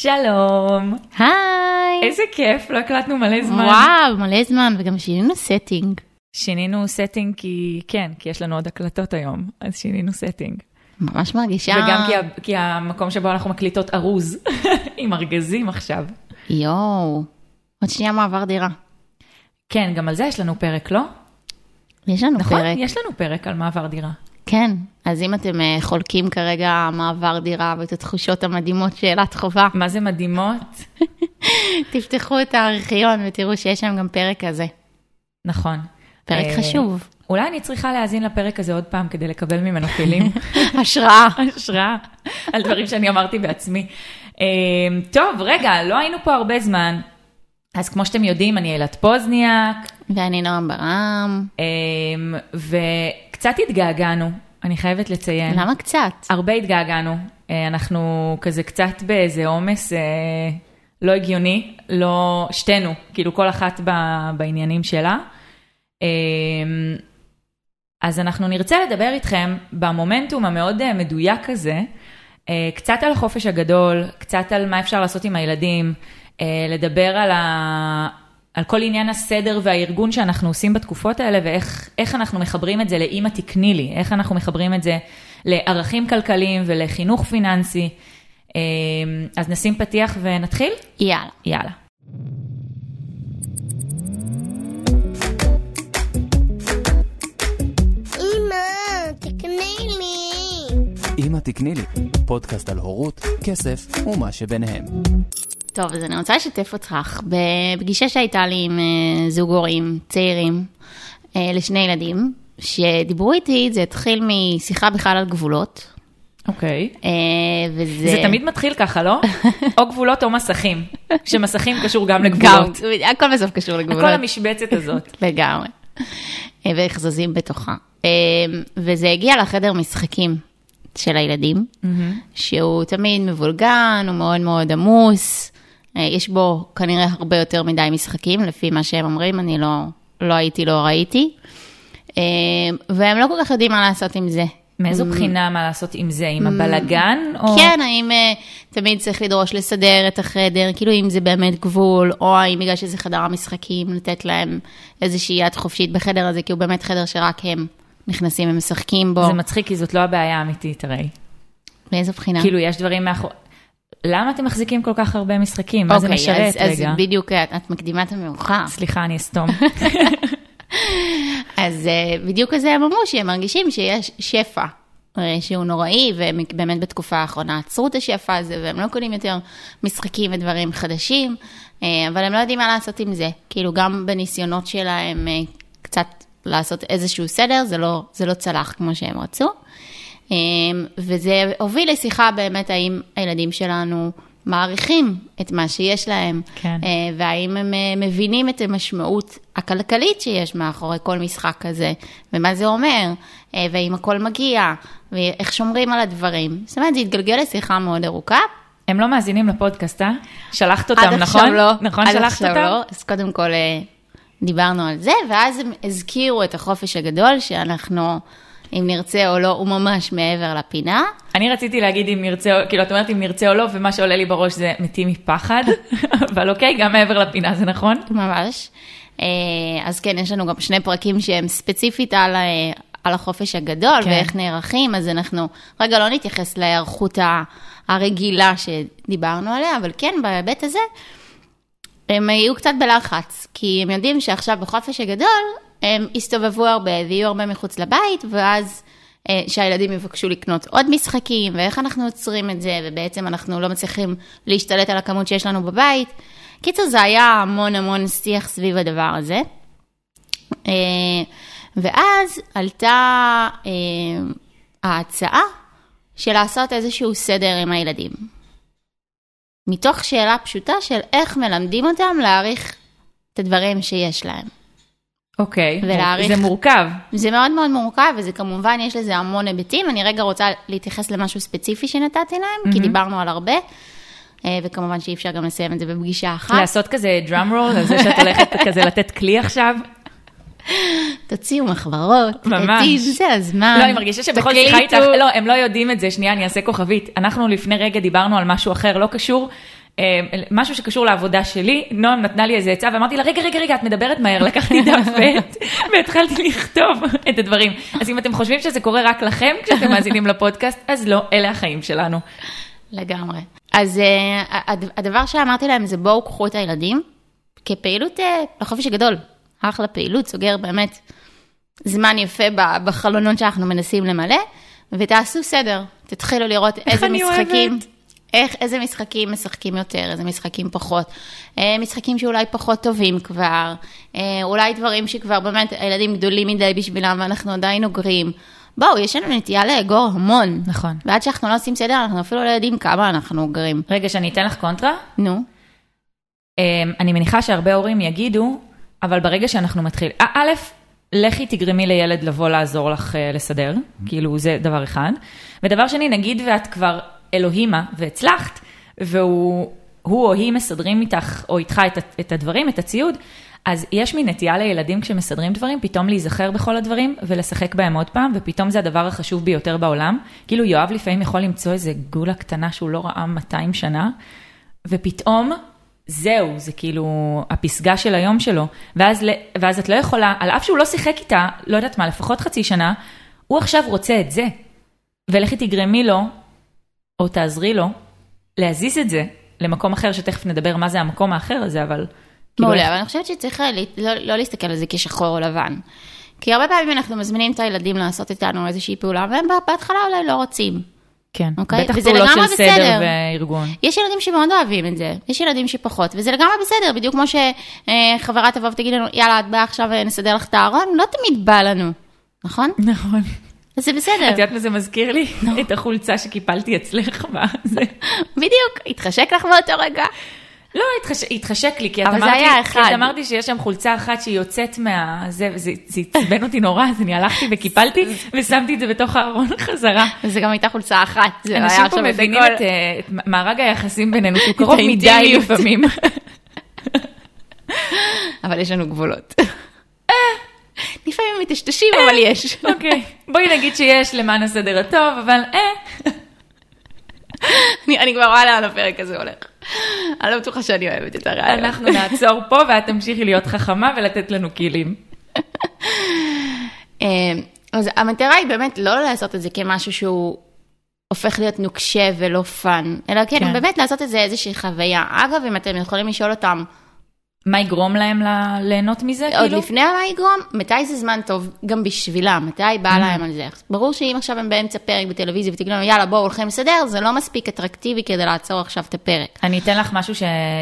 שלום. היי. איזה כיף, לא הקלטנו מלא זמן. וואו, מלא זמן, וגם שינינו סטינג. שינינו סטינג כי יש לנו עוד הקלטות היום, אז שינינו סטינג. ממש מרגישה. וגם כי המקום שבו אנחנו מקליטות ארוז, עם ארגזים עכשיו. יואו, עוד שנייה מעבר דירה. כן, גם על זה יש לנו פרק, לא? יש לנו נכון? פרק. יש לנו פרק על מעבר דירה. כן, אז אם אתם חולקים כרגע מעבר דירה ואת התחושות המדהימות שאלת חובה. מה זה מדהימות? תפתחו את הארכיון ותראו שיש שם גם פרק כזה. נכון. פרק חשוב. אולי אני צריכה להאזין לפרק הזה עוד פעם כדי לקבל ממנו כלים. השראה. השראה. על דברים שאני אמרתי בעצמי. טוב, רגע, לא היינו פה הרבה זמן. אז כמו שאתם יודעים, אני אילת פוזניאק. ואני נועם ברם. וקצת התגעגענו, אני חייבת לציין. למה קצת? הרבה התגעגענו. אנחנו כזה קצת באיזה עומס לא הגיוני, לא שתינו, כאילו כל אחת בעניינים שלה. אז אנחנו נרצה לדבר איתכם במומנטום המאוד מדויק הזה, קצת על החופש הגדול, קצת על מה אפשר לעשות עם הילדים, לדבר על כל עניין הסדר והארגון שאנחנו עושים בתקופות האלה, ואיך אנחנו מחברים את זה לאמא תקני לי, איך אנחנו מחברים את זה לערכים כלכליים ולחינוך פיננסי. אז נשים פתיח ונתחיל? יאללה. יאללה. אמא תקני לי, פודקאסט על הורות, כסף ומה שביניהם. טוב, אז אני רוצה לשתף אותך בפגישה שהייתה לי עם זוג הורים צעירים לשני ילדים, שדיברו איתי, זה התחיל משיחה בכלל על גבולות. אוקיי. זה תמיד מתחיל ככה, לא? או גבולות או מסכים, שמסכים קשור גם לגבולות. הכל בסוף קשור לגבולות. הכל המשבצת הזאת. לגמרי. והחזזים בתוכה. וזה הגיע לחדר משחקים של הילדים, שהוא תמיד מבולגן, הוא מאוד מאוד עמוס, יש בו כנראה הרבה יותר מדי משחקים, לפי מה שהם אומרים, אני לא הייתי, לא ראיתי, והם לא כל כך יודעים מה לעשות עם זה. מאיזו בחינה מה לעשות עם זה? עם הבלגן? כן, האם תמיד צריך לדרוש לסדר את החדר, כאילו אם זה באמת גבול, או האם בגלל שזה חדר המשחקים, לתת להם איזושהי יד חופשית בחדר הזה, כי הוא באמת חדר שרק הם נכנסים ומשחקים בו. זה מצחיק, כי זאת לא הבעיה האמיתית, הרי. מאיזו בחינה? כאילו יש דברים למה אתם מחזיקים כל כך הרבה משחקים? מה זה משרת? אז בדיוק, את מקדימה את המאוחר. סליחה, אני אסתום. אז בדיוק כזה הם אמרו שהם מרגישים שיש שפע, שהוא נוראי, ובאמת בתקופה האחרונה עצרו את השפע הזה, והם לא קונים יותר משחקים ודברים חדשים, אבל הם לא יודעים מה לעשות עם זה. כאילו גם בניסיונות שלהם קצת לעשות איזשהו סדר, זה לא צלח כמו שהם רצו. וזה הוביל לשיחה באמת האם הילדים שלנו מעריכים את מה שיש להם, כן. והאם הם מבינים את המשמעות הכלכלית שיש מאחורי כל משחק כזה, ומה זה אומר, והאם הכל מגיע, ואיך שומרים על הדברים. זאת אומרת, זה התגלגל לשיחה מאוד ארוכה. הם לא מאזינים לפודקאסט, שלחת אותם, נכון? עד עכשיו לא. נכון, שלחת אותם? לא. אז קודם כל דיברנו על זה, ואז הם הזכירו את החופש הגדול, שאנחנו, אם נרצה או לא, הוא ממש מעבר לפינה. אני רציתי להגיד אם נרצה, כאילו את אומרת אם נרצה או לא, ומה שעולה לי בראש זה מתים מפחד, אבל אוקיי, גם מעבר לפינה, זה נכון? ממש. אז כן, יש לנו גם שני פרקים שהם ספציפית על החופש הגדול, כן. ואיך נערכים, אז אנחנו, רגע, לא נתייחס להיערכות הרגילה שדיברנו עליה, אבל כן, בהיבט הזה, הם יהיו קצת בלחץ, כי הם יודעים שעכשיו בחופש הגדול, הם יסתובבו הרבה ויהיו הרבה מחוץ לבית, ואז שהילדים יבקשו לקנות עוד משחקים, ואיך אנחנו עוצרים את זה, ובעצם אנחנו לא מצליחים להשתלט על הכמות שיש לנו בבית. קיצור, זה היה המון שיח סביב הדבר הזה. ואז עלתה ההצעה של לעשות איזשהו סדר עם הילדים. מתוך שאלה פשוטה של איך מלמדים אותם להעריך את הדברים שיש להם. אוקיי, זה מורכב. זה מאוד מאוד מורכב, וזה כמובן יש לזה המון היבטים. אני רגע רוצה להתייחס למשהו ספציפי שנתתי להם, כי דיברנו על הרבה, וכמובן שאי אפשר גם לסיים את זה בפגישה אחת. לעשות כזה drum roll, על זה שאת הולכת כזה לתת כלי עכשיו. תוציאו מחברות, ממש. זה הזמן. לא, אני מרגישה שבכל שיחה איתך, לא, הם לא יודעים את זה, שנייה, אני אעשה כוכבית. אנחנו לפני רגע דיברנו על משהו אחר, לא קשור, משהו שקשור לעבודה שלי, נועם נתנה לי איזה עצה, ואמרתי לה, רגע, את מדברת מהר, לקחתי דף והתחלתי לכתוב את הדברים. אז אם אתם חושבים שזה קורה רק לכם, כשאתם מאזינים לפודקאסט, אז לא, אלה החיים שלנו. לגמרי. אז הדבר שאמרתי להם זה בואו קחו את הילדים, כפעילות לחופש הגדול. אחלה פעילות, סוגר באמת זמן יפה בחלונות שאנחנו מנסים למלא, ותעשו סדר. תתחילו לראות איזה משחקים, איזה משחקים משחקים יותר, איזה משחקים פחות. משחקים שאולי פחות טובים כבר, אולי דברים שכבר באמת הילדים גדולים מדי בשבילם, ואנחנו עדיין אוגרים. בואו, יש לנו נטייה לאגור המון. נכון. ועד שאנחנו לא עושים סדר, אנחנו אפילו לא יודעים כמה אנחנו אוגרים. רגע, שאני אתן לך קונטרה? נו. אני מניחה שהרבה הורים יגידו, אבל ברגע שאנחנו מתחיל, א', לכי תגרמי לילד לבוא לעזור לך לסדר, כאילו זה דבר אחד. ודבר שני, נגיד ואת כבר אלוהימה והצלחת, והוא או היא מסדרים איתך או איתך את הדברים, את הציוד, אז יש מין נטייה לילדים כשמסדרים דברים, פתאום להיזכר בכל הדברים ולשחק בהם עוד פעם, ופתאום זה הדבר החשוב ביותר בעולם. כאילו יואב לפעמים יכול למצוא איזה גולה קטנה שהוא לא ראה 200 שנה, ופתאום זהו, זה כאילו הפסגה של היום שלו, ואז את לא יכולה, על אף שהוא לא שיחק איתה, לא יודעת מה, לפחות חצי שנה, הוא עכשיו רוצה את זה, ולכי תגרמי לו, או תעזרי לו, להזיז את זה למקום אחר, שתכף נדבר מה זה המקום האחר הזה, אבל... מעולה, אבל אני חושבת שצריך לא להסתכל על זה כשחור או לבן. כי הרבה פעמים אנחנו מזמינים את הילדים לעשות איתנו איזושהי פעולה, והם בהתחלה אולי לא רוצים. כן, אוקיי? בטח פעולות של סדר וארגון. יש ילדים שמאוד אוהבים את זה, יש ילדים שפחות, וזה לגמרי בסדר, בדיוק כמו שחברה תבוא ותגיד לנו, יאללה, את באה עכשיו ונסדר לך את הארון, לא תמיד בא לנו, נכון? נכון. אז זה בסדר. את יודעת מה זה מזכיר לי? את החולצה שקיפלתי אצלך, בדיוק, התחשק לך באותו רגע. לא, התחשק לי, כי את אמרתי שיש שם חולצה אחת שהיא יוצאת זה הצבן אותי נורא, אז אני הלכתי וקיפלתי, ושמתי את זה בתוך הארון חזרה. וזה גם הייתה חולצה אחת. אנשים פה מבינים את מארג היחסים בינינו, שהוא קרוב מדי לפעמים. אבל יש לנו גבולות. לפעמים מתשתשים, אבל יש. אוקיי, בואי נגיד שיש למען הסדר הטוב, אבל אני כבר רואה לאן הפרק הזה הולך. אני לא בטוחה שאני אוהבת את הרעיון. אנחנו נעצור פה, ואת תמשיכי להיות חכמה ולתת לנו כלים. אז המטרה היא באמת לא לעשות את זה כמשהו שהוא הופך להיות נוקשה ולא פן, אלא כן, באמת לעשות את זה איזושהי חוויה. אגב, אם אתם יכולים לשאול אותם, מה יגרום להם ליהנות מזה? עוד לפני מה יגרום, מתי זה זמן טוב גם בשבילם, מתי בא להם על זה. ברור שאם עכשיו הם באמצע פרק בטלוויזיה ותגידו להם, יאללה, בואו הולכים לסדר, זה לא מספיק אטרקטיבי כדי לעצור עכשיו את הפרק. אני אתן לך משהו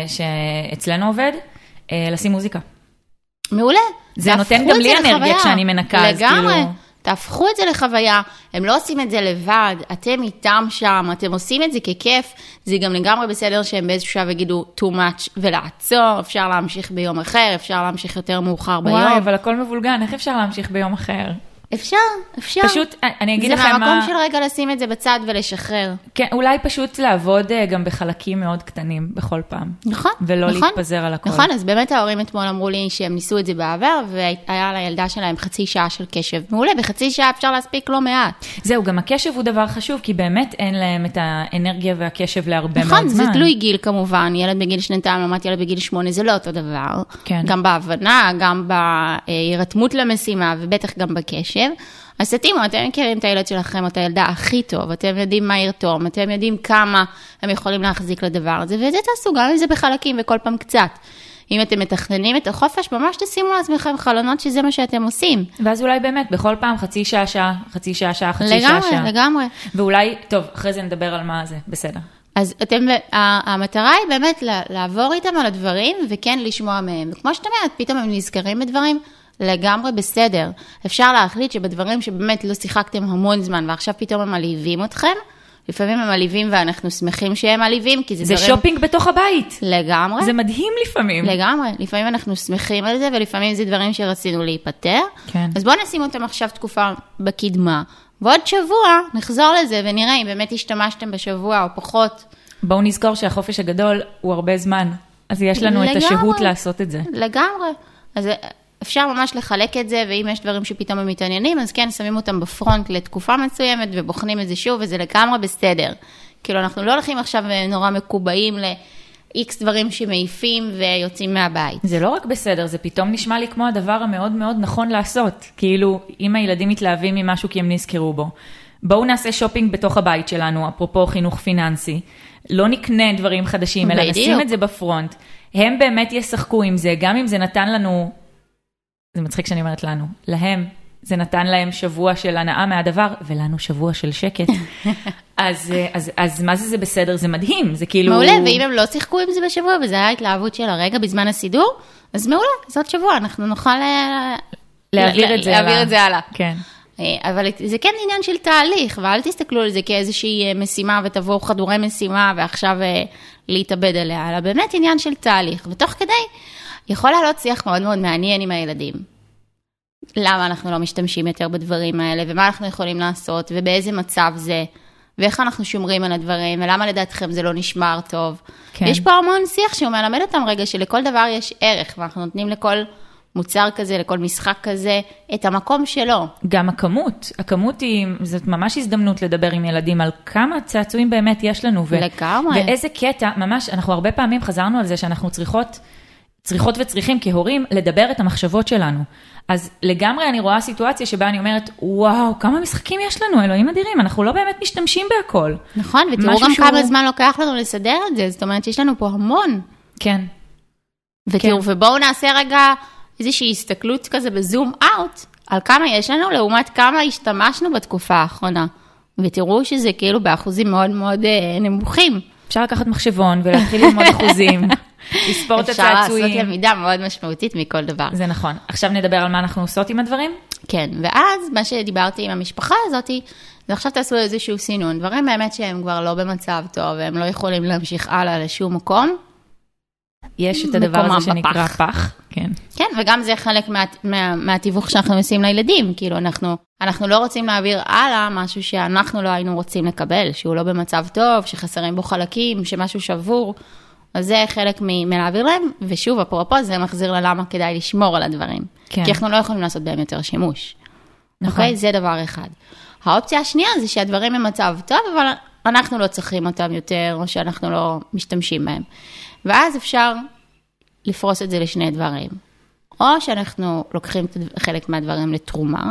שאצלנו עובד, לשים מוזיקה. מעולה. זה נותן גם לי אנרגיה כשאני מנקה. לגמרי. תהפכו את זה לחוויה, הם לא עושים את זה לבד, אתם איתם שם, אתם עושים את זה ככיף, זה גם לגמרי בסדר שהם באיזשהו שעה יגידו too much ולעצור, אפשר להמשיך ביום אחר, אפשר להמשיך יותר מאוחר ביום. וואי, אבל הכל מבולגן, איך אפשר להמשיך ביום אחר? אפשר. פשוט, אני אגיד לכם מה... זה מהמקום של רגע לשים את זה בצד ולשחרר. כן, אולי פשוט לעבוד גם בחלקים מאוד קטנים בכל פעם. נכון. ולא להתפזר על הכל. נכון, אז באמת ההורים אתמול אמרו לי שהם ניסו את זה בעבר, והיה לילדה שלהם חצי שעה של קשב. מעולה, בחצי שעה אפשר להספיק לא מעט. זהו, גם הקשב הוא דבר חשוב, כי באמת אין להם את האנרגיה והקשב להרבה מאוד זמן. נכון, זה תלוי גיל כמובן, ילד בגיל 2, לעומת ילד בגיל 8, זה לא אותו דבר. כן. גם בהבנה, גם בהירתמות למשימה, ובטח גם בקשב. אז תתאימו, אתם מכירים את הילד שלכם, או את הילדה הכי טוב, אתם יודעים מה ירתום, אתם יודעים כמה הם יכולים להחזיק לדבר הזה, וזה תעשו גם אם זה בחלקים וכל פעם קצת. אם אתם מתכננים את החופש, ממש תשימו לעצמכם חלונות שזה מה שאתם עושים. ואז אולי באמת, בכל פעם חצי שעה, חצי שעה. לגמרי. ואולי, טוב, אחרי זה נדבר על מה זה, בסדר. אז המטרה היא באמת לעבור איתם על הדברים, וכן לשמוע מהם. וכמו שאת אומרת, פתאום הם נזכרים בדברים, לגמרי בסדר. אפשר להחליט שבדברים שבאמת לא שיחקתם המון זמן, ועכשיו פתאום הם מלהיבים אתכם, לפעמים הם מלהיבים ואנחנו שמחים שהם מלהיבים, כי זה דברים... שופינג בתוך הבית. לגמרי. זה מדהים לפעמים. לגמרי. לפעמים אנחנו שמחים על זה, ולפעמים זה דברים שרצינו להיפטר. כן. אז בואו נשים אותם עכשיו תקופה בקדמה, ועוד שבוע נחזור לזה ונראה אם באמת השתמשתם בשבוע או פחות. בואו נזכור שהחופש הגדול הוא הרבה זמן, אז יש לנו את השהות לעשות את זה. לגמרי. אז אפשר ממש לחלק את זה, ואם יש דברים שפתאום הם מתעניינים, אז כן, שמים אותם בפרונט לתקופה מסוימת, ובוחנים את זה שוב, וזה לגמרי בסדר. כאילו, אנחנו לא הולכים עכשיו נורא מקובעים איקס דברים שמעיפים ויוצאים מהבית. זה לא רק בסדר, זה פתאום נשמע לי כמו הדבר המאוד מאוד נכון לעשות. כאילו, אם הילדים מתלהבים ממשהו כי הם נזכרו בו, בואו נעשה שופינג בתוך הבית שלנו, אפרופו חינוך פיננסי. לא נקנה דברים חדשים, אלא נשים את זה בפרונט. הם באמת ישחקו עם זה, גם אם זה נתן לנו, זה מצחיק שאני אומרת לנו, להם, זה נתן להם שבוע של הנאה מהדבר, ולנו שבוע של שקט. אז מה זה בסדר? זה מדהים, זה כאילו... מעולה, ואם הם לא שיחקו עם זה בשבוע, וזה היה התלהבות של הרגע בזמן הסידור, אז מעולה, זאת שבוע, אנחנו נוכל להעביר את זה הלאה. כן. אבל זה כן עניין של תהליך, ואל תסתכלו על זה כאיזושהי משימה, ותבואו חדורי משימה, ועכשיו להתאבד עליה, אלא באמת עניין של תהליך, ותוך כדי יכול לעלות שיח מאוד מאוד מעניין עם הילדים. למה אנחנו לא משתמשים יותר בדברים האלה, ומה אנחנו יכולים לעשות, ובאיזה מצב זה, ואיך אנחנו שומרים על הדברים, ולמה לדעתכם זה לא נשמר טוב. כן. יש פה המון שיח שהוא מלמד אותם רגע, שלכל דבר יש ערך, ואנחנו נותנים לכל מוצר כזה, לכל משחק כזה, את המקום שלו. גם הכמות היא, זאת ממש הזדמנות לדבר עם ילדים, על כמה צעצועים באמת יש לנו, לגמרי. ואיזה קטע, ממש, אנחנו הרבה פעמים חזרנו על זה, שאנחנו צריכות וצריכים כהורים לדבר את המחשבות שלנו. אז לגמרי אני רואה סיטואציה שבה אני אומרת, וואו, כמה משחקים יש לנו, אלוהים אדירים, אנחנו לא באמת משתמשים בהכל. נכון, ותראו גם כמה זמן לוקח לנו לסדר את זה, זאת אומרת שיש לנו פה המון. כן. ותראו, ובואו נעשה רגע איזושהי הסתכלות כזה בזום אאוט, על כמה יש לנו, לעומת כמה השתמשנו בתקופה האחרונה. ותראו שזה כאילו באחוזים מאוד מאוד נמוכים. אפשר לקחת מחשבון ולהתחיל ללמוד אחוזים. לספור את הצעצועים. אפשר לעשות למידה מאוד משמעותית מכל דבר. זה נכון. עכשיו נדבר על מה אנחנו עושות עם הדברים? כן, ואז מה שדיברתי עם המשפחה הזאת, זה עכשיו תעשו איזשהו סינון, דברים באמת שהם כבר לא במצב טוב, והם לא יכולים להמשיך הלאה לשום מקום. יש את הדבר הזה שנקרא פח. כן. כן, וגם זה חלק מהתיווך שאנחנו עושים לילדים, כאילו אנחנו לא רוצים להעביר הלאה משהו שאנחנו לא היינו רוצים לקבל, שהוא לא במצב טוב, שחסרים בו חלקים, שמשהו שבור, אז זה חלק מלהעביר להם, ושוב, אפרופו, זה מחזיר ללמה כדאי לשמור על הדברים. כן. כי אנחנו לא יכולים לעשות בהם יותר שימוש. נכון. אוקיי? זה דבר אחד. האופציה השנייה זה שהדברים הם מצב טוב, אבל אנחנו לא צריכים אותם יותר, או שאנחנו לא משתמשים בהם. ואז אפשר לפרוס את זה לשני דברים. או שאנחנו לוקחים חלק מהדברים לתרומה,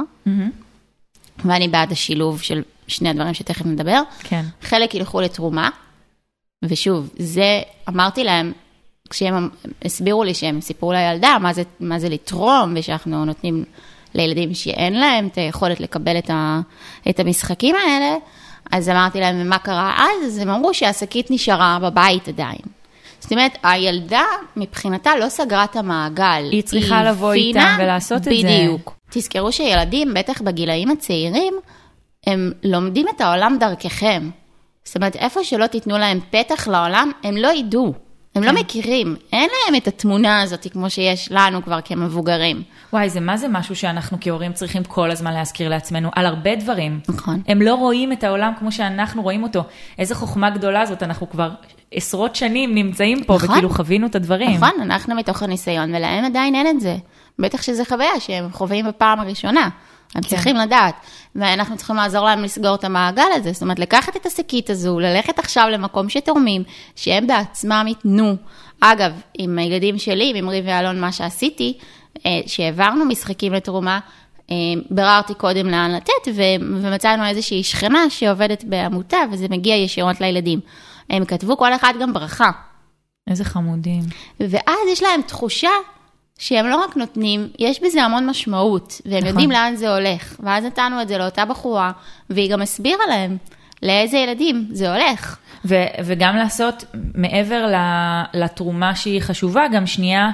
ואני בעד השילוב של שני הדברים שתכף נדבר. כן. חלק ילכו לתרומה, ושוב, זה אמרתי להם, כשהם הסבירו לי שהם סיפרו לילדה מה זה לתרום, ושאנחנו נותנים לילדים שאין להם את היכולת לקבל את המשחקים האלה, אז אמרתי להם, מה קרה אז? אז הם אמרו שהשקית נשארה בבית עדיין. זאת אומרת, הילדה מבחינתה לא סגרה את המעגל. היא צריכה לבוא איתם ולעשות את זה. בדיוק. תזכרו שילדים, בטח בגילאים הצעירים, הם לומדים את העולם דרככם. זאת אומרת, איפה שלא תיתנו להם פתח לעולם, הם לא ידעו. הם לא מכירים. אין להם את התמונה הזאת כמו שיש לנו כבר כמבוגרים. וואי, זה מה זה משהו שאנחנו כהורים צריכים כל הזמן להזכיר לעצמנו, על הרבה דברים. נכון. הם לא רואים את העולם כמו שאנחנו רואים אותו. איזו חוכמה גדולה זאת, אנחנו כבר עשרות שנים נמצאים פה, נכון. וכאילו חווינו את הדברים. נכון, אנחנו מתוך הניסיון, ולהם עדיין אין את זה. בטח שזה חוויה שהם חווים בפעם הראשונה. הם צריכים לדעת, ואנחנו צריכים לעזור להם לסגור את המעגל הזה, זאת אומרת, לקחת את השקית הזו, ללכת עכשיו למקום שתורמים, שהם בעצמם ייתנו. אגב, עם הילדים שלי, עם אמרי ואלון, מה שעשיתי, שהעברנו משחקים לתרומה, בררתי קודם לאן לתת, ומצאנו איזושהי שכנה שעובדת בעמותה, וזה מגיע ישירות לילדים. הם כתבו כל אחד גם ברכה. איזה חמודים. ואז יש להם תחושה, שהם לא רק נותנים, יש בזה המון משמעות, והם יודעים לאן זה הולך. ואז נתנו את זה לאותה בחורה, והיא גם הסבירה להם לאיזה ילדים זה הולך. וגם לעשות, מעבר לתרומה שהיא חשובה, גם שנייה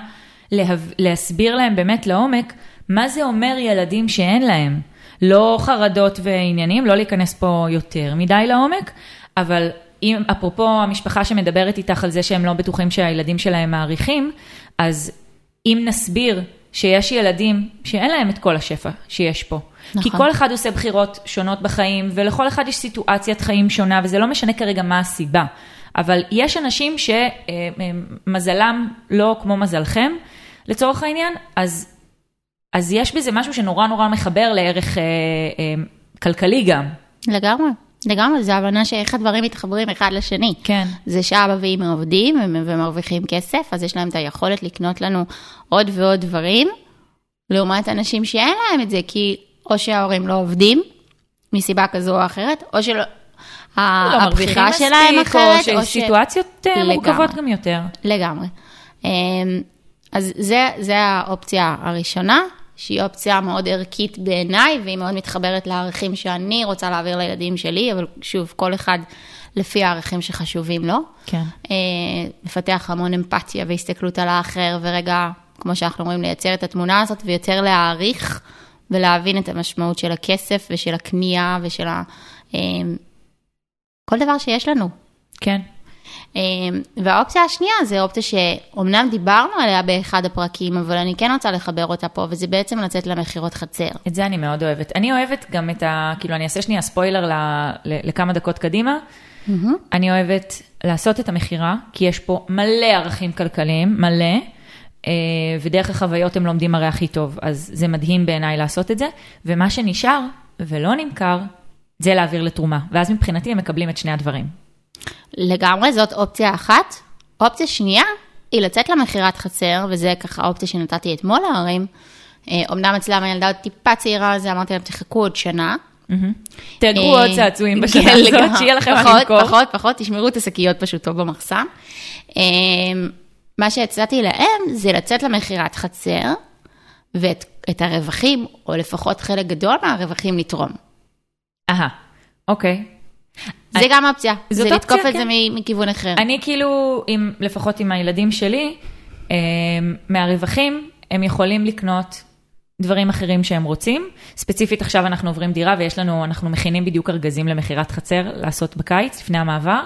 להסביר להם באמת לעומק, מה זה אומר ילדים שאין להם. לא חרדות ועניינים, לא להיכנס פה יותר מדי לעומק, אבל אם, אפרופו המשפחה שמדברת איתך על זה שהם לא בטוחים שהילדים שלהם מעריכים, אז אם נסביר שיש ילדים שאין להם את כל השפע שיש פה. נכון. כי כל אחד עושה בחירות שונות בחיים, ולכל אחד יש סיטואציית חיים שונה, וזה לא משנה כרגע מה הסיבה. אבל יש אנשים שמזלם לא כמו מזלכם, לצורך העניין, אז יש בזה משהו שנורא נורא מחבר לערך כלכלי גם. לגמרי. לגמרי, זה הבנה שאיך הדברים מתחברים אחד לשני. כן. זה שאבא ואמא עובדים ומרוויחים כסף, אז יש להם את היכולת לקנות לנו עוד ועוד דברים, לעומת אנשים שאין להם את זה, כי או שההורים לא עובדים, מסיבה כזו או אחרת, או שלא, הבחירה שלהם אחרת, או שסיטואציות מורכבות גם יותר. לגמרי. אז זה האופציה הראשונה, שהיא אופציה מאוד ערכית בעיניי, והיא מאוד מתחברת לערכים שאני רוצה להעביר לילדים שלי, אבל שוב, כל אחד לפי הערכים שחשובים לו. כן. לפתח המון אמפתיה והסתכלות על האחר, ורגע, כמו שאנחנו אומרים, לייצר את התמונה הזאת, ויותר להעריך ולהבין את המשמעות של הכסף ושל הקנייה ושל כל דבר שיש לנו. כן. והאופציה השנייה זה אופציה שאומנם דיברנו עליה באחד הפרקים, אבל אני כן רוצה לחבר אותה פה, וזה בעצם לצאת למחירות חצר. את זה אני מאוד אוהבת. אני אוהבת גם את כאילו אני אעשה שנייה ספוילר לכמה דקות קדימה. אני אוהבת לעשות את המחירה, כי יש פה מלא ערכים כלכליים, מלא, ודרך החוויות הם לומדים הרי הכי טוב, אז זה מדהים בעיניי לעשות את זה, ומה שנשאר ולא נמכר, זה להעביר לתרומה, ואז מבחינתי הם מקבלים את שני הדברים. לגמרי, זאת אופציה אחת. אופציה שנייה היא לצאת למחירת חצר, וזה ככה האופציה שנתתי אתמול להרים. אמנם אצלם הילדה עוד טיפה צעירה, אז אמרתי להם, תחכו עוד שנה. תאגרו עוד צעצועים בשנה הזאת, שיהיה לכם מה למכור. פחות, תשמרו את השקיות פשוט טוב במחסן. מה שהצעתי להם זה לצאת למחירת חצר, ואת הרווחים, או לפחות חלק גדול מהרווחים לתרום. אוקיי. זה גם אופציה, זה לתקוף את זה מכיוון אחר. אני כאילו, לפחות עם הילדים שלי, מהרווחים, הם יכולים לקנות דברים אחרים שהם רוצים. ספציפית עכשיו אנחנו עוברים דירה, אנחנו מכינים בדיוק ארגזים למחירת חצר, לעשות בקיץ, לפני המעבר.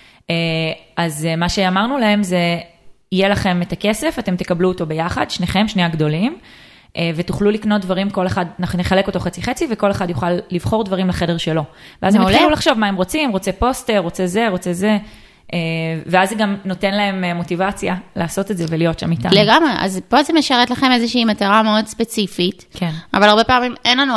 אז מה שאמרנו להם זה, יהיה לכם את הכסף, אתם תקבלו אותו ביחד, שניכם, שני הגדולים, ותוכלו לקנות דברים, כל אחד, אנחנו נחלק אותו חצי-חצי, וכל אחד יוכל לבחור דברים לחדר שלו. ואז הם התחילו לחשוב מה הם רוצים, רוצה פוסטר, רוצה זה, ואז זה גם נותן להם מוטיבציה לעשות את זה ולהיות שם איתם. לגמרי, אז פה זה משרת לכם איזושהי מטרה מאוד ספציפית, כן. אבל הרבה פעמים אין לנו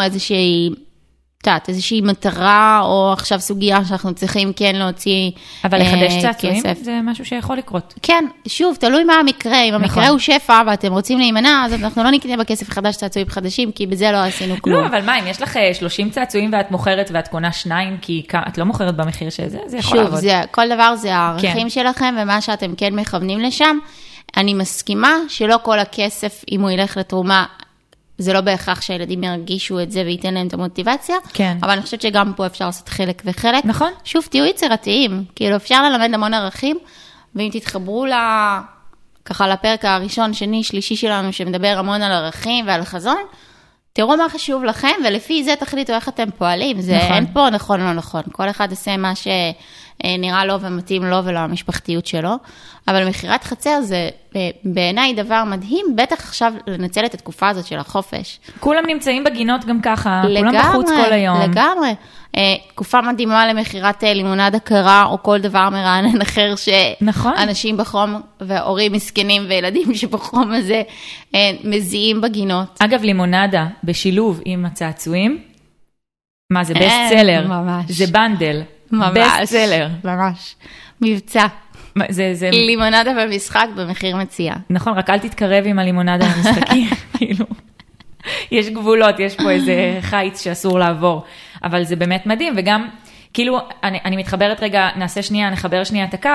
איזושהי מטרה, או עכשיו סוגיה שאנחנו צריכים כן להוציא כסף. אבל לחדש צעצועים זה משהו שיכול לקרות. כן, שוב, תלוי מה המקרה. אם המקרה הוא שפע ואתם רוצים להימנע, אז אנחנו לא נקנה בכסף חדש צעצועים חדשים, כי בזה לא עשינו כלום. לא, אבל מה, אם יש לך 30 צעצועים ואת מוכרת ואת קונה 2, כי את לא מוכרת במחיר שזה, זה יכול לעבוד. שוב, כל דבר זה הערכים שלכם, ומה שאתם כן מכוונים לשם. אני מסכימה שלא כל הכסף, אם הוא ילך לתרומה, זה לא בהכרח שהילדים ירגישו את זה וייתן להם את המוטיבציה, כן. אבל אני חושבת שגם פה אפשר לעשות חלק וחלק. נכון. שוב, תהיו יצירתיים, כאילו אפשר ללמד המון ערכים, ואם תתחברו ככה לפרק הראשון, שני, שלישי שלנו, שמדבר המון על ערכים ועל חזון, תראו מה חשוב לכם, ולפי זה תחליטו איך אתם פועלים. זה נכון. אין פה נכון או לא נכון. כל אחד עושה מה שנראה לו ומתאים לו ולא המשפחתיות שלו. אבל מחירת חצר זה בעיניי דבר מדהים, בטח עכשיו לנצל את התקופה הזאת של החופש. כולם נמצאים בגינות גם ככה, כולם בחוץ כל היום. לגמרי. תקופה מדהימה למחירת לימונדה קרה, או כל דבר מרענן אחר שאנשים בחום, והורים מסכנים וילדים שבחום הזה מזיעים בגינות. אגב, לימונדה בשילוב עם הצעצועים, מה זה? בסט סלר. ממש. זה בנדל. ממש. בסט סלר. ממש. מבצע. זה... לימונדה במשחק במחיר מציע. נכון, רק אל תתקרב עם הלימונדה במשחקים, כאילו. יש גבולות, יש פה איזה חיץ שאסור לעבור, אבל זה באמת מדהים, וגם, כאילו, אני מתחברת רגע, נחבר שנייה את הקו,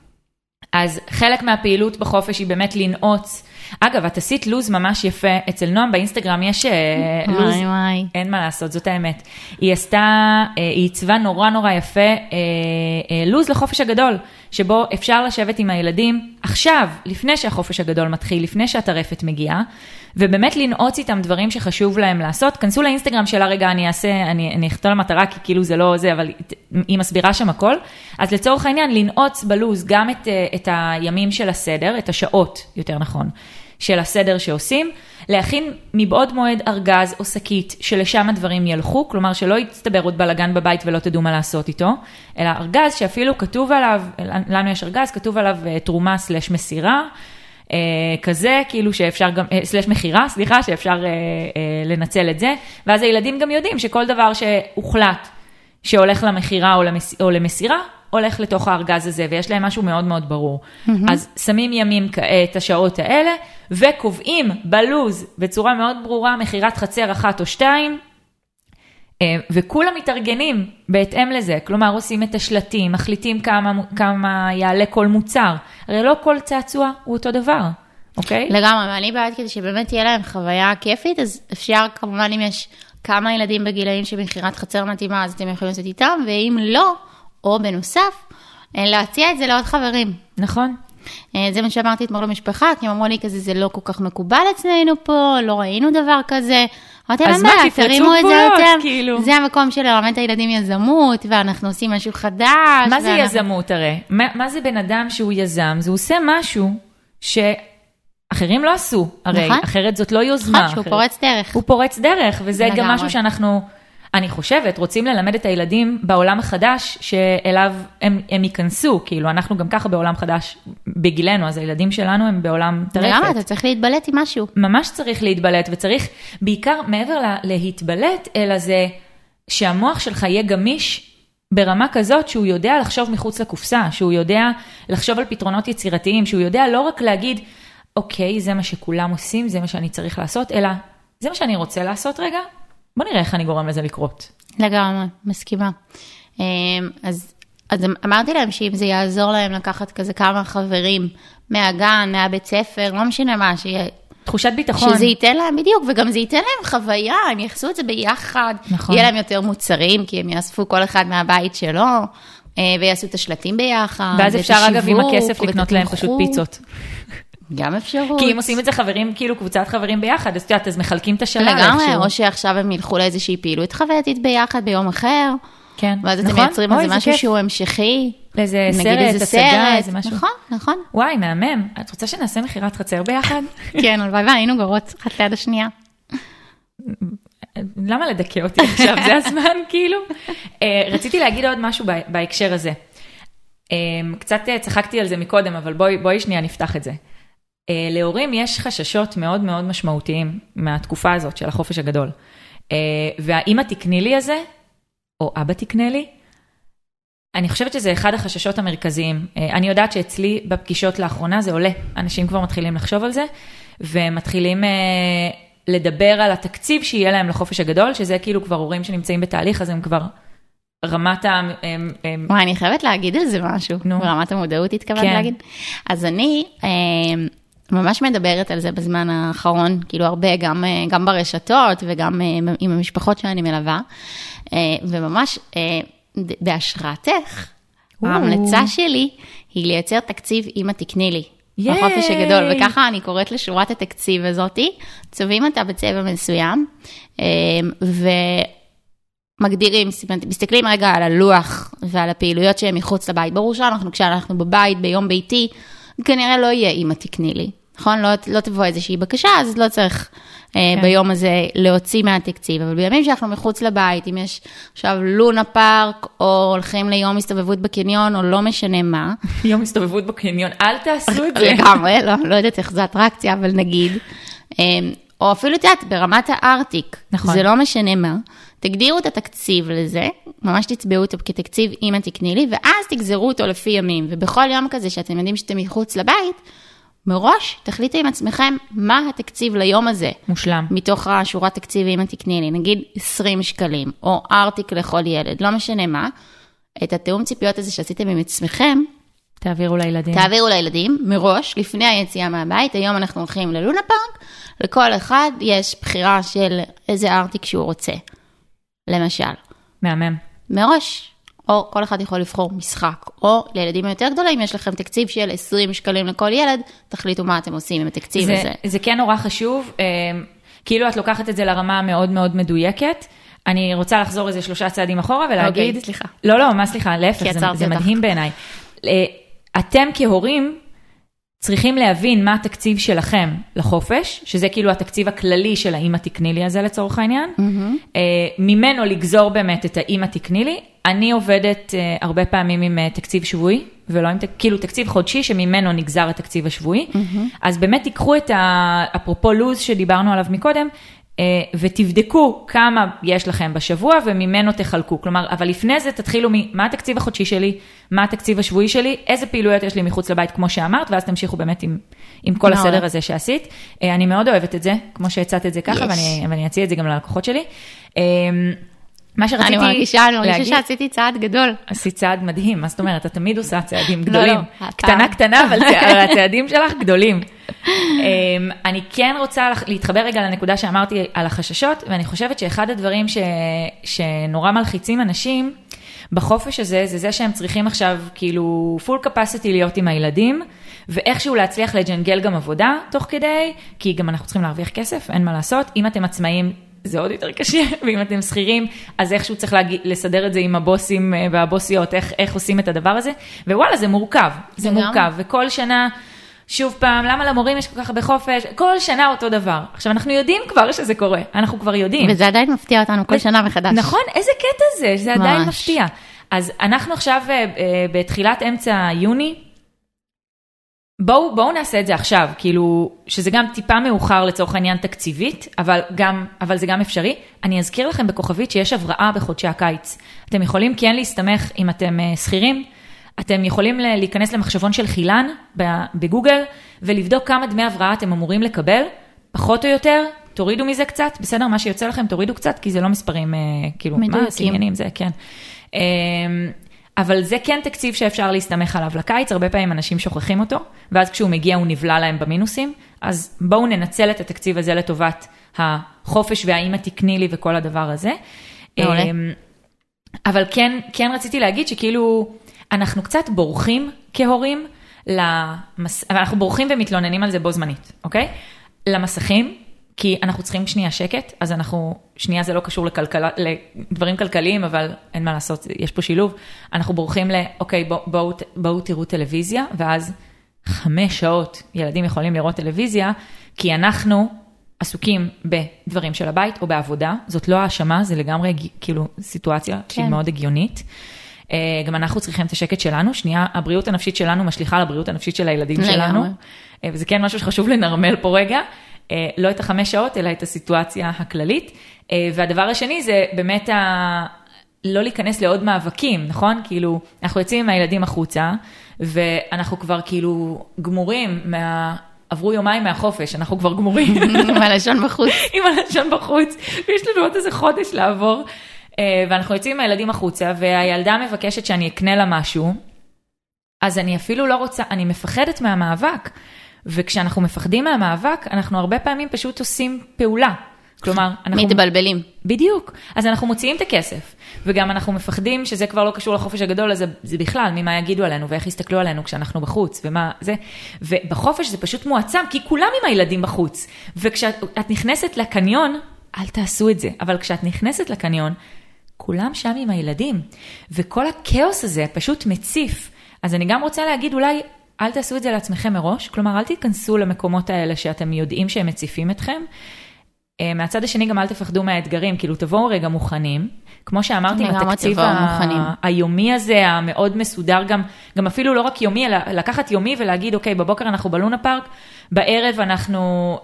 אז חלק מהפעילות בחופש היא באמת לנעוץ, אגב, את עשית לוז ממש יפה, אצל נועם באינסטגרם יש לוז, אין מה לעשות, זאת האמת, היא עיצבה נורא נורא יפה, לוז לחופש הגדול, שבו אפשר לשבת עם הילדים, עכשיו, לפני שהחופש הגדול מתחיל, לפני שהטרפת מגיעה, ובאמת לנעוץ איתם דברים שחשוב להם לעשות, כנסו לאינסטגרם שלה רגע, אני אכתוב למטרה, כי כאילו זה לא זה, אבל היא מסבירה שם הכל, אז לצורך העניין, לנעוץ בלוז גם את הימים של הסדר, את השעות, יותר נכון, של הסדר שעושים, להכין מבעוד מועד ארגז או שקית שלשם הדברים ילכו, כלומר שלא יצטבר עוד בלגן בבית ולא תדעו מה לעשות איתו, אלא ארגז שאפילו כתוב עליו, לנו יש ארגז, כתוב עליו תרומה סלש מסירה, כזה, כאילו שאפשר גם, סלש מחירה, סליחה, שאפשר לנצל את זה, ואז הילדים גם יודעים שכל דבר שהוחלט שהולך למחירה או למסירה, הולך לתוך הארגז הזה, ויש להם משהו מאוד מאוד ברור. אז שמים ימים את השעות האלה, וקובעים בלוז בצורה מאוד ברורה, מחירת חצר 1 או 2, וכולם מתארגנים בהתאם לזה, כלומר עושים את השלטים, מחליטים כמה יעלה כל מוצר, הרי לא כל צעצוע הוא אותו דבר, אוקיי? לגמרי, ואני בעד כדי שבאמת תהיה להם חוויה כיפית, אז אפשר כמובן אם יש כמה ילדים בגילאים שמחירת חצר מתאימה, אז אתם יכולים לעשות איתם, ואם לא, או בנוסף, להציע את זה לעוד חברים. נכון. זה מה שאמרתי אתמול למשפחה, כי הם אמרו לי כזה, זה לא כל כך מקובל אצלנו פה, לא ראינו דבר כזה. אמרתי להם, מה, תרימו את זה אותם. כאילו. זה המקום של ללמד את הילדים יזמות, ואנחנו עושים משהו חדש. מה זה יזמות הרי? מה זה בן אדם שהוא יזם? זה עושה משהו שאחרים לא עשו. הרי אחרת זאת לא יוזמה. שהוא פורץ דרך. הוא פורץ דרך, וזה גם משהו שאנחנו... אני חושבת, רוצים ללמד את הילדים בעולם החדש שאליו הם ייכנסו, כאילו אנחנו גם ככה בעולם חדש בגילנו, אז הילדים שלנו הם בעולם טרפת. למה? אתה צריך להתבלט עם משהו. ממש צריך להתבלט, וצריך בעיקר מעבר להתבלט, אלא זה שהמוח שלך יהיה גמיש ברמה כזאת שהוא יודע לחשוב מחוץ לקופסה, שהוא יודע לחשוב על פתרונות יצירתיים, שהוא יודע לא רק להגיד, אוקיי, זה מה שכולם עושים, זה מה שאני צריך לעשות, אלא זה מה שאני רוצה לעשות רגע, בוא נראה איך אני גורם לזה לקרות. לגמרי, מסכימה. אז אמרתי להם שאם זה יעזור להם לקחת כזה כמה חברים מהגן, מהבית ספר, לא משנה מה, שיהיה... תחושת ביטחון. שזה ייתן להם בדיוק, וגם זה ייתן להם חוויה, הם יחסו את זה ביחד, נכון. יהיה להם יותר מוצרים, כי הם יאספו כל אחד מהבית שלו, ויעשו את השלטים ביחד. ואז אפשר אגב עם הכסף לקנות להם פשוט פיצות. גם אפשרות. כי אם עושים את זה חברים, כאילו קבוצת חברים ביחד, אז אז מחלקים את השלל. לגמרי, או שעכשיו הם ילכו לאיזושהי פעילות חווייתית ביחד ביום אחר. כן. ואז אתם מייצרים איזה משהו שהוא המשכי. איזה סרט, הצגה, איזה משהו. נכון, נכון. וואי, מהמם. את רוצה שנעשה מחירת חצר ביחד? כן, הלוואי, היינו גרות אחת ליד השנייה. למה לדכא אותי עכשיו? זה הזמן, כאילו. רציתי להגיד עוד משהו בהקשר הזה. קצת צחקתי על זה מקודם, אבל בואי שנייה נפתח את זה. להורים יש חששות מאוד מאוד משמעותיים מהתקופה הזאת של החופש הגדול. והאמא תקני לי הזה, או אבא תקנה לי, אני חושבת שזה אחד החששות המרכזיים. אני יודעת שאצלי בפגישות לאחרונה זה עולה. אנשים כבר מתחילים לחשוב על זה, ומתחילים לדבר על התקציב שיהיה להם לחופש הגדול, שזה כאילו כבר הורים שנמצאים בתהליך, אז הם כבר רמת וואי, אני חייבת להגיד על זה משהו. ברמת המודעות התכוונת להגיד. אז אני ממש מדברת על זה בזמן האחרון, כאילו הרבה, גם ברשתות וגם עם המשפחות שאני מלווה, וממש בהשראתך, ההמלצה שלי היא לייצר תקציב אמא תקני לי, בחופש הגדול, וככה אני קוראת לשורת התקציב הזאת, צובעים אותה בצבע מסוים, ומגדירים, מסתכלים רגע על הלוח ועל הפעילויות שהן מחוץ לבית, ברור שאנחנו כשאנחנו בבית ביום ביתי, כנראה לא יהיה אמא תקני לי, נכון? לא תבוא איזושהי בקשה, אז לא צריך ביום הזה להוציא מהתקציב, אבל בימים שאנחנו מחוץ לבית, אם יש עכשיו לונה פארק, או הולכים ליום הסתובבות בקניון, או לא משנה מה. יום הסתובבות בקניון, אל תעשו את זה. לגמרי, לא יודעת איך זו אטרקציה, אבל נגיד, או אפילו תעת, ברמת הארטיק, זה לא משנה מה, תגדירו את התקציב לזה, ממש תצבעו אותו כתקציב אמא תקני לי, ואז תגזרו אותו לפי ימים, ובכל יום כזה שאתם יודעים שאתם מחוץ לבית, מראש תחליטו עם עצמכם מה התקציב ליום הזה. מושלם. מתוך השורת תקציב אמא תקני לי, נגיד 20 שקלים, או ארטיק לכל ילד, לא משנה מה, את התאום ציפיות הזה שעשיתם עם עצמכם, תעבירו לילדים. תעבירו לילדים, מראש, לפני היציאה מהבית, היום אנחנו הולכים ללונה פארק, לכל אחד יש בחירה של איזה ארטיק שהוא רוצה, למשל. מהמם. מראש. או כל אחד יכול לבחור משחק, או לילדים היותר גדולים, יש לכם תקציב של 20 שקלים לכל ילד, תחליטו מה אתם עושים עם התקציב הזה. זה כן נורא חשוב, כאילו את לוקחת את זה לרמה מאוד מאוד מדויקת, אני רוצה לחזור איזה 3 צעדים אחורה ולהגיד... אוקיי, סליחה. לא, מה סליחה, להפך, זה מדהים בעיניי. אתם כהורים צריכים להבין מה התקציב שלכם לחופש, שזה כאילו התקציב הכללי של האמא תקני לי הזה לצורך העניין, ממנו לגזור באמת את האמא תקני לי, אני עובדת הרבה פעמים עם תקציב שבועי, ולא עם כאילו תקציב חודשי, שממנו נגזר התקציב השבועי, אז באמת תיקחו את אפרופו לוז שדיברנו עליו מקודם, ותבדקו כמה יש לכם בשבוע, וממנו תחלקו. כלומר, אבל לפני זה תתחילו מה התקציב החודשי שלי, מה התקציב השבועי שלי, איזה פעילויות יש לי מחוץ לבית, כמו שאמרת, ואז תמשיכו באמת עם כל הסדר הזה שעשית. אני מאוד אוהבת את זה, כמו שהצעת את זה ככה, ואני אציע את זה גם ללקוחות שלי. מה שרציתי אני מרגישה שעשיתי צעד גדול. עשית צעד מדהים, מה זאת אומרת? את תמיד עושה צעדים גדולים. קטנה, אבל הצעדים שלך גדולים. אני כן רוצה להתחבר רגע לנקודה שאמרתי על החששות, ואני חושבת שאחד הדברים שנורא מלחיצים אנשים בחופש הזה, זה זה שהם צריכים עכשיו כאילו full capacity להיות עם הילדים, ואיכשהו להצליח לג'נגל גם עבודה תוך כדי, כי גם אנחנו צריכים להרוויח כסף, אין מה לעשות. אם אתם עצמאים, זה עוד יותר קשה, ואם אתם שכירים, אז איכשהו צריך לסדר את זה עם הבוסים והבוסיות, איך עושים את הדבר הזה, ווואלה, זה מורכב, זה מורכב, וכל שנה, שוב פעם, למה למורים יש כל כך הרבה חופש? כל שנה אותו דבר. עכשיו, אנחנו יודעים כבר שזה קורה, אנחנו כבר יודעים. וזה עדיין מפתיע אותנו כל שנה מחדש. נכון, איזה קטע זה, זה עדיין מפתיע. אז אנחנו עכשיו, בתחילת אמצע יוני, בואו נעשה את זה עכשיו, כאילו, שזה גם טיפה מאוחר לצורך העניין תקציבית, אבל זה גם אפשרי. אני אזכיר לכם בכוכבית שיש הבראה בחודשי הקיץ. אתם יכולים כן להסתמך אם אתם שכירים, אתם יכולים להיכנס למחשבון של חילן בגוגל, ולבדוק כמה דמי הבראה אתם אמורים לקבל, פחות או יותר, תורידו מזה קצת, בסדר, מה שיוצא לכם תורידו קצת, כי זה לא מספרים, כאילו, מה, סמיינים, זה, כן. אבל זה כן תקציב שאפשר להסתמך עליו לקיץ, הרבה פעמים אנשים שוכחים אותו, ואז כשהוא מגיע הוא נבלה להם במינוסים, אז בואו ננצל את התקציב הזה לטובת החופש והאמא תקני לי וכל הדבר הזה. אבל כן רציתי להגיד שכאילו, אנחנו קצת בורחים כהורים, אנחנו בורחים ומתלוננים על זה בו זמנית, אוקיי? למסכים, כי אנחנו צריכים שנייה שקט, אז שנייה זה לא קשור לדברים כלכליים, אבל אין מה לעשות, יש פה שילוב. אנחנו בורחים אוקיי, בואו תראו טלוויזיה, ואז 5 שעות ילדים יכולים לראות טלוויזיה, כי אנחנו עסוקים בדברים של הבית או בעבודה, זאת לא האשמה, זה לגמרי כאילו סיטואציה שהיא מאוד הגיונית. גם אנחנו צריכים את השקט שלנו, שנייה, הבריאות הנפשית שלנו משליחה על הבריאות הנפשית של הילדים שלנו, וזה כן משהו שחשוב לנרמל פה רגע, לא את 5 שעות, אלא את הסיטואציה הכללית. והדבר השני זה באמת לא להיכנס לעוד מאבקים, נכון? כאילו, אנחנו יוצאים עם הילדים החוצה, ואנחנו כבר כאילו גמורים עברו יומיים מהחופש, אנחנו כבר גמורים. עם הלשון בחוץ. עם הלשון בחוץ, ויש לנו עוד איזה חודש לעבור, ואנחנו יוצאים עם הילדים החוצה, והילדה מבקשת שאני אקנה לה משהו, אז אני אפילו לא רוצה, אני מפחדת מהמאבק, וכשאנחנו מפחדים מהמאבק, אנחנו הרבה פעמים פשוט עושים פעולה. כלומר, אנחנו מתבלבלים. בדיוק. אז אנחנו מוציאים את הכסף, וגם אנחנו מפחדים שזה כבר לא קשור לחופש הגדול, אז זה בכלל, ממה יגידו עלינו, ואיך יסתכלו עלינו כשאנחנו בחוץ, ומה זה. ובחופש זה פשוט מועצם, כי כולם עם הילדים בחוץ. וכשאת נכנסת לקניון, אל תעשו את זה. אבל כשאת נכנסת לקניון, כולם שם עם הילדים. וכל הכאוס הזה פשוט מציף. אז אני גם רוצה להגיד, אולי אל תעשו את זה לעצמכם מראש, כלומר, אל תיכנסו למקומות האלה שאתם יודעים שהם מציפים אתכם. מהצד השני גם אל תפחדו מהאתגרים, כאילו תבואו רגע מוכנים, כמו שאמרתי, עם התקציב היומי הזה, המאוד מסודר, גם אפילו לא רק יומי, אלא לקחת יומי ולהגיד, אוקיי, בבוקר אנחנו בלונה פארק, בערב אנחנו,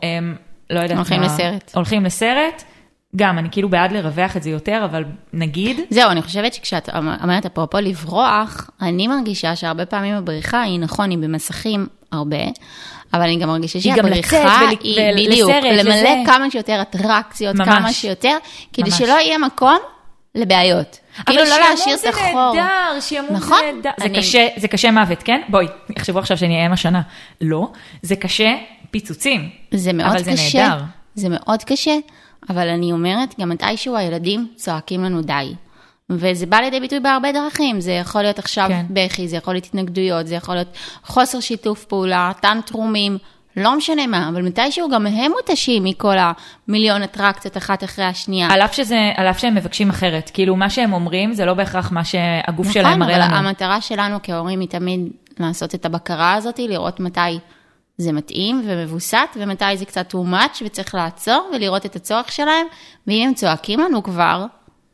לא יודעת מה, הולכים לסרט, גם, אני כאילו בעד לרווח את זה יותר, אבל נגיד. זהו, אני חושבת שכשאת אומרת אפרופו לברוח, אני מרגישה שהרבה פעמים הבריחה היא נכון, היא במסכים הרבה, אבל אני גם מרגישה שהבריחה היא בדיוק, למלא כמה שיותר אטרקציות, כמה שיותר, כדי שלא יהיה מקום לבעיות. כאילו לא להשאיר את החור. שימות זה נהדר. זה קשה מוות, כן? בואי, יחשבו עכשיו שאני אהיה השנה. לא, זה קשה פיצוצים. זה מאוד קשה. זה מאוד קשה. אבל אני אומרת, גם מתישהו הילדים צועקים לנו די. וזה בא לידי ביטוי בהרבה דרכים. זה יכול להיות עכשיו בכי, זה יכול להיות התנגדויות, זה יכול להיות חוסר שיתוף פעולה, טנטרומים, לא משנה מה, אבל מתישהו גם הם מותשים מכל המיליון אטרקציות אחת אחרי השנייה. על אף שהם מבקשים אחרת. כאילו מה שהם אומרים זה לא בהכרח מה שהגוף שלהם מראה לנו. נכון, אבל המטרה שלנו כהורים היא תמיד לעשות את הבקרה הזאת, לראות מתי זה מתאים ומבוסת, ומתי זה קצת too much, וצריך לעצור ולראות את הצורך שלהם, ואם הם צועקים לנו כבר,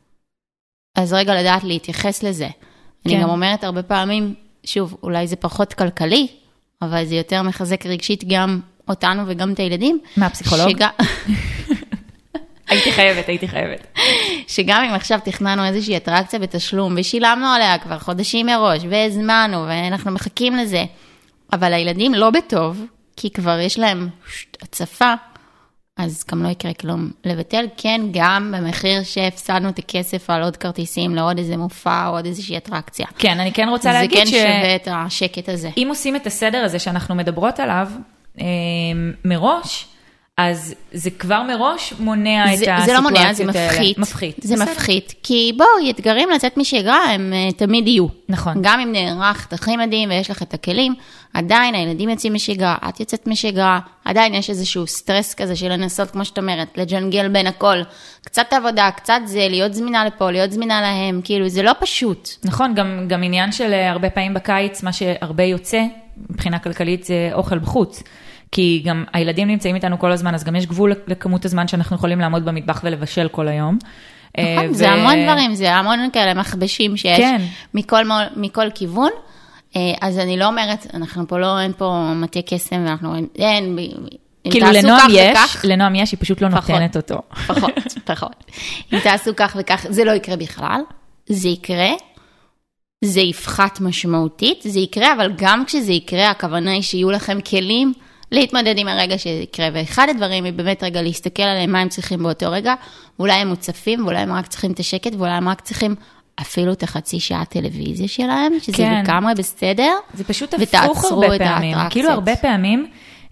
אז רגע לדעת להתייחס לזה. כן. אני גם אומרת הרבה פעמים, שוב, אולי זה פחות כלכלי, אבל זה יותר מחזק רגשית גם אותנו וגם את הילדים. מה, פסיכולוג? הייתי חייבת. שגם אם עכשיו תכננו איזושהי אטרקציה בתשלום, ושילמנו עליה כבר חודשים מראש, והזמנו, ואנחנו מחכים לזה, אבל הילדים לא בטוב, כי כבר יש להם הצפה, אז גם לא יקרה כלום. לבטל כן גם במחיר שהפסדנו את הכסף על עוד כרטיסים, לעוד איזה מופע, או עוד איזושהי אטרקציה. כן, אני כן רוצה להגיד זה כן שווה את השקט הזה. אם עושים את הסדר הזה שאנחנו מדברות עליו, מראש, אז זה כבר מראש מונע את הסיטואציות האלה. זה לא מונע, זה מפחית. זה מפחית, כי בואו, אתגרים לצאת משגרה, הם תמיד יהיו. נכון. גם אם נערכת הכי מדהים ויש לך את הכלים, עדיין הילדים יוצאים משגרה, את יוצאת משגרה, עדיין יש איזשהו סטרס כזה של לנסות, כמו שאת אומרת, לג'נגל בין הכל. קצת עבודה, קצת זה, להיות זמינה לפה, להיות זמינה להם, כאילו, זה לא פשוט. נכון, גם עניין של הרבה פעמים בקיץ, מה שהרבה יוצא, מבחינה כלכלית, זה אוכל בחוץ. כי גם הילדים נמצאים איתנו כל הזמן, אז גם יש גבול לכמות הזמן שאנחנו יכולים לעמוד במטבח ולבשל כל היום. נכון, זה המון דברים, זה המון כאלה מחבשים שיש מכל כיוון. אז אני לא אומרת, אנחנו פה לא, אין פה מטה קסם, ואנחנו אין, כאילו לנועם יש, היא פשוט לא נותנת אותו. פחות. אם תעשו כך וכך, זה לא יקרה בכלל, זה יקרה, זה יפחת משמעותית, זה יקרה, אבל גם כשזה יקרה, הכוונה היא שיהיו לכם כלים, להתמודד עם הרגע שיקרה, ואחד הדברים היא באמת רגע להסתכל עליהם מה הם צריכים באותו רגע, ואולי הם מוצפים, ואולי הם רק צריכים את השקט, ואולי הם רק צריכים אפילו את החצי שעה טלוויזיה שלהם, שזה כן. לגמרי בסדר. זה פשוט הפוך הרבה פעמים. כאילו הרבה פעמים,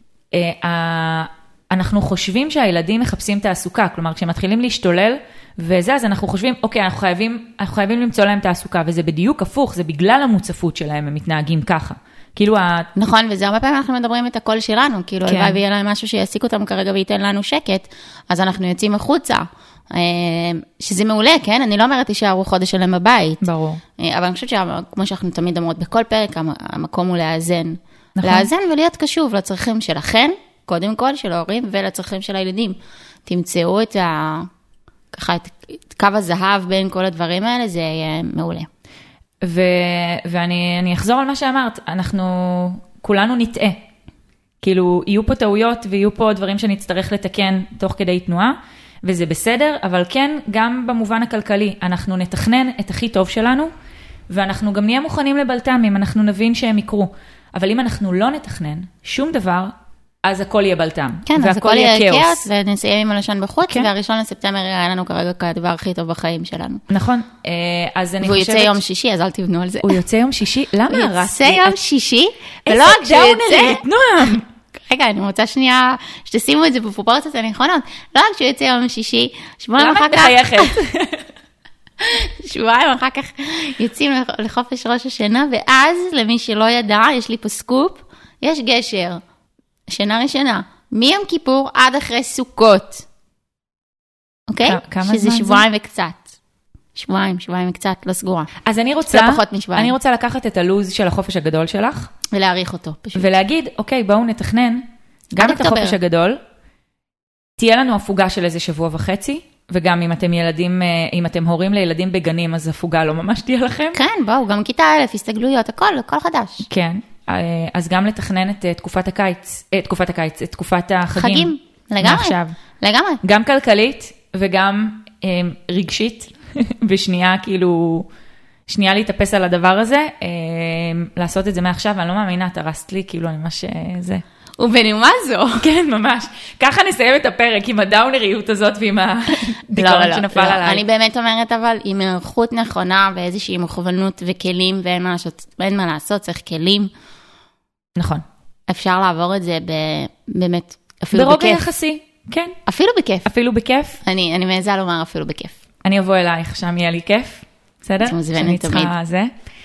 אנחנו חושבים שהילדים מחפשים תעסוקה, כלומר כשהם מתחילים להשתולל, וזה, אז אנחנו חושבים, אוקיי, אנחנו חייבים למצוא להם תעסוקה, וזה בדיוק הפוך, זה בגלל המוצפות שלהם, הם מתנהגים ככה. כאילו נכון, וזה הרבה פעמים אנחנו מדברים את הקול שלנו, כאילו הלוואי ויהיה להם משהו שיעסיק אותם כרגע וייתן לנו שקט, אז אנחנו יוצאים החוצה, שזה מעולה, כן? אני לא אומרת תישארו חודש שלהם בבית. ברור. אבל אני חושבת שכמו שאנחנו תמיד אומרות, בכל פרק המקום הוא לאזן. נכון. לאזן ולהיות קשוב לצרכים שלכם, קודם כל, של ההורים, ולצרכים של הילדים. תמצאו את ככה, את קו הזהב בין כל הדברים האלה, זה יהיה מעולה. ואני אחזור על מה שאמרת, אנחנו כולנו נטעה. כאילו, יהיו פה טעויות ויהיו פה דברים שנצטרך לתקן תוך כדי תנועה, וזה בסדר, אבל כן, גם במובן הכלכלי, אנחנו נתכנן את הכי טוב שלנו, ואנחנו גם נהיה מוכנים לבלתם אם אנחנו נבין שהם יקרו. אבל אם אנחנו לא נתכנן שום דבר, אז הכל יהיה בלתם. כן, אז הכל יהיה כאוס, ונסיים עם הלשון בחוץ, והראשון לספטמבר היה לנו כרגע כדבר הכי טוב בחיים שלנו. נכון, אז אני חושבת... והוא יוצא יום שישי, אז אל תבנו על זה. הוא יוצא יום שישי? למה? הוא יוצא יום שישי, ולא רק שהוא יוצא... רגע, אני רוצה שנייה, שתשימו את זה בפרופורציות הנכונות. לא רק שהוא יוצא יום שישי, שבועיים אחר כך... למה את מחייכת? שבועיים אחר כך יוצאים לחופש ראש השנה, ואז, למי שלא ידע, יש לי פה סקופ, יש גשר. שנה ראשונה, מיום כיפור עד אחרי סוכות. אוקיי? שזה שבועיים וקצת. שבועיים וקצת, לא סגורה. אז אני רוצה לקחת את הלוז של החופש הגדול שלך. ולהעריך אותו, פשוט. ולהגיד, אוקיי, בואו נתכנן, גם את החופש הגדול, תהיה לנו הפוגה של איזה שבוע וחצי, וגם אם אתם הורים לילדים בגנים, אז הפוגה לא ממש תהיה לכם. כן, בואו, גם כיתה א', הסתגלויות, הכל חדש. כן. אז גם לתכנן את תקופת תקופת החגים. חגים, לגמרי. גם כלכלית וגם רגשית, בשנייה כאילו, שנייה להתאפס על הדבר הזה, לעשות את זה מעכשיו, אני לא מאמינה, תרסת לי, כאילו אני ממש זה. ובנימה זו. כן, ממש. ככה נסיים את הפרק עם הדאונריות הזאת ועם הדיכאון שנפל עליי. אני באמת אומרת, אבל עם ערכות נכונה ואיזושהי מוכוונות וכלים, ואין מה לעשות, צריך כלים. נכון. אפשר לעבור את זה באמת, אפילו בכיף. ברוגע יחסי, כן. אפילו בכיף. אני מעיזה לומר אפילו בכיף. אני אבוא אלייך, שם יהיה לי כיף. בסדר? שאני צריכה זה.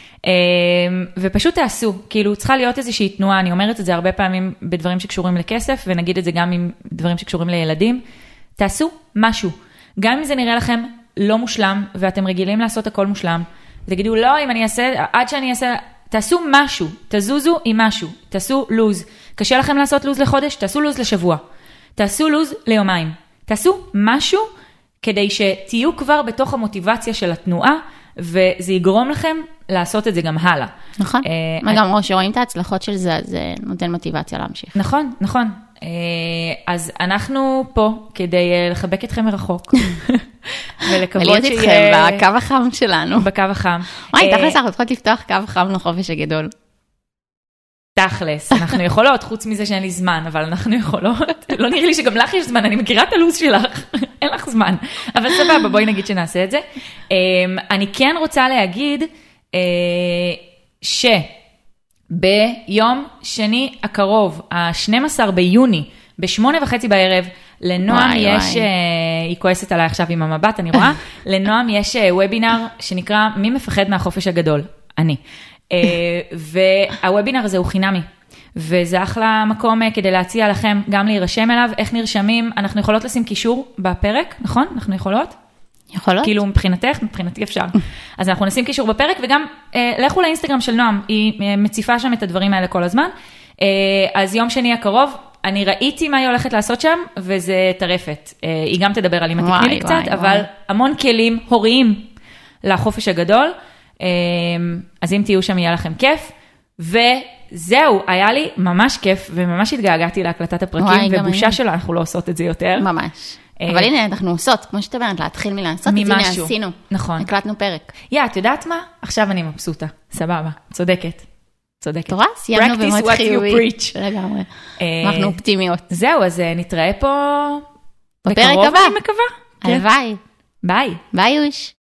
ופשוט תעשו, כאילו צריכה להיות איזושהי תנועה, אני אומרת את זה הרבה פעמים בדברים שקשורים לכסף, ונגיד את זה גם עם דברים שקשורים לילדים, תעשו משהו. גם אם זה נראה לכם לא מושלם, ואתם רגילים לעשות הכל מושלם, תגידו, לא, אם אני אעשה, עד שאני אעשה, תעשו משהו, תזוזו עם משהו, תעשו לוז. קשה לכם לעשות לוז לחודש? תעשו לוז לשבוע. תעשו לוז ליומיים. תעשו משהו כדי שתהיו כבר בתוך המוטיבציה של התנועה, וזה יגרום לכם לעשות את זה גם הלאה. נכון. גם שרואים את ההצלחות של זה, זה נותן מוטיבציה להמשיך. נכון. אז אנחנו פה כדי לחבק אתכם מרחוק. ולקוות להיות איתכם בקו החם שלנו. בקו החם. וואי, תכלס אנחנו צריכות לפתוח קו חם לחופש הגדול. תכלס, אנחנו יכולות, חוץ מזה שאין לי זמן, אבל אנחנו יכולות. לא נראה לי שגם לך יש זמן, אני מכירה את הלו"ז שלך, אין לך זמן. אבל סבבה, בואי נגיד שנעשה את זה. אני כן רוצה להגיד שביום שני הקרוב, ה-12 ביוני, ב8:30 בערב, לנועם יש, היא כועסת עליי עכשיו עם המבט, אני רואה, לנועם יש וובינר שנקרא מי מפחד מהחופש הגדול? אני. והוובינר הזה הוא חינמי, וזה אחלה מקום כדי להציע לכם גם להירשם אליו. איך נרשמים? אנחנו יכולות לשים קישור בפרק, נכון? אנחנו יכולות? יכולות? כאילו מבחינתך, מבחינתי אפשר. אז אנחנו נשים קישור בפרק, וגם לכו לאינסטגרם של נועם, היא מציפה שם את הדברים האלה כל הזמן. אז יום שני הקרוב, אני ראיתי מה היא הולכת לעשות שם, וזה טרפת. היא גם תדבר על אמא תקני לי קצת, אבל המון כלים הוריים לחופש הגדול. אז אם תהיו שם יהיה לכם כיף, וזהו, היה לי ממש כיף, וממש התגעגעתי להקלטת הפרקים, ובושה שלה, אנחנו לא עושות את זה יותר. ממש. אבל הנה, אנחנו עושות, כמו שאת אומרת, להתחיל מלעשות, אז הנה עשינו. נכון. הקלטנו פרק. את יודעת מה? עכשיו אני מבסוטה. סבבה, צודקת. תורה, סיימנו במות חיובי. לגמרי. אנחנו אופטימיות. זהו, אז נתראה פה בפרק הבא. אני מקווה. הלוואי. ביי. ביי יוש.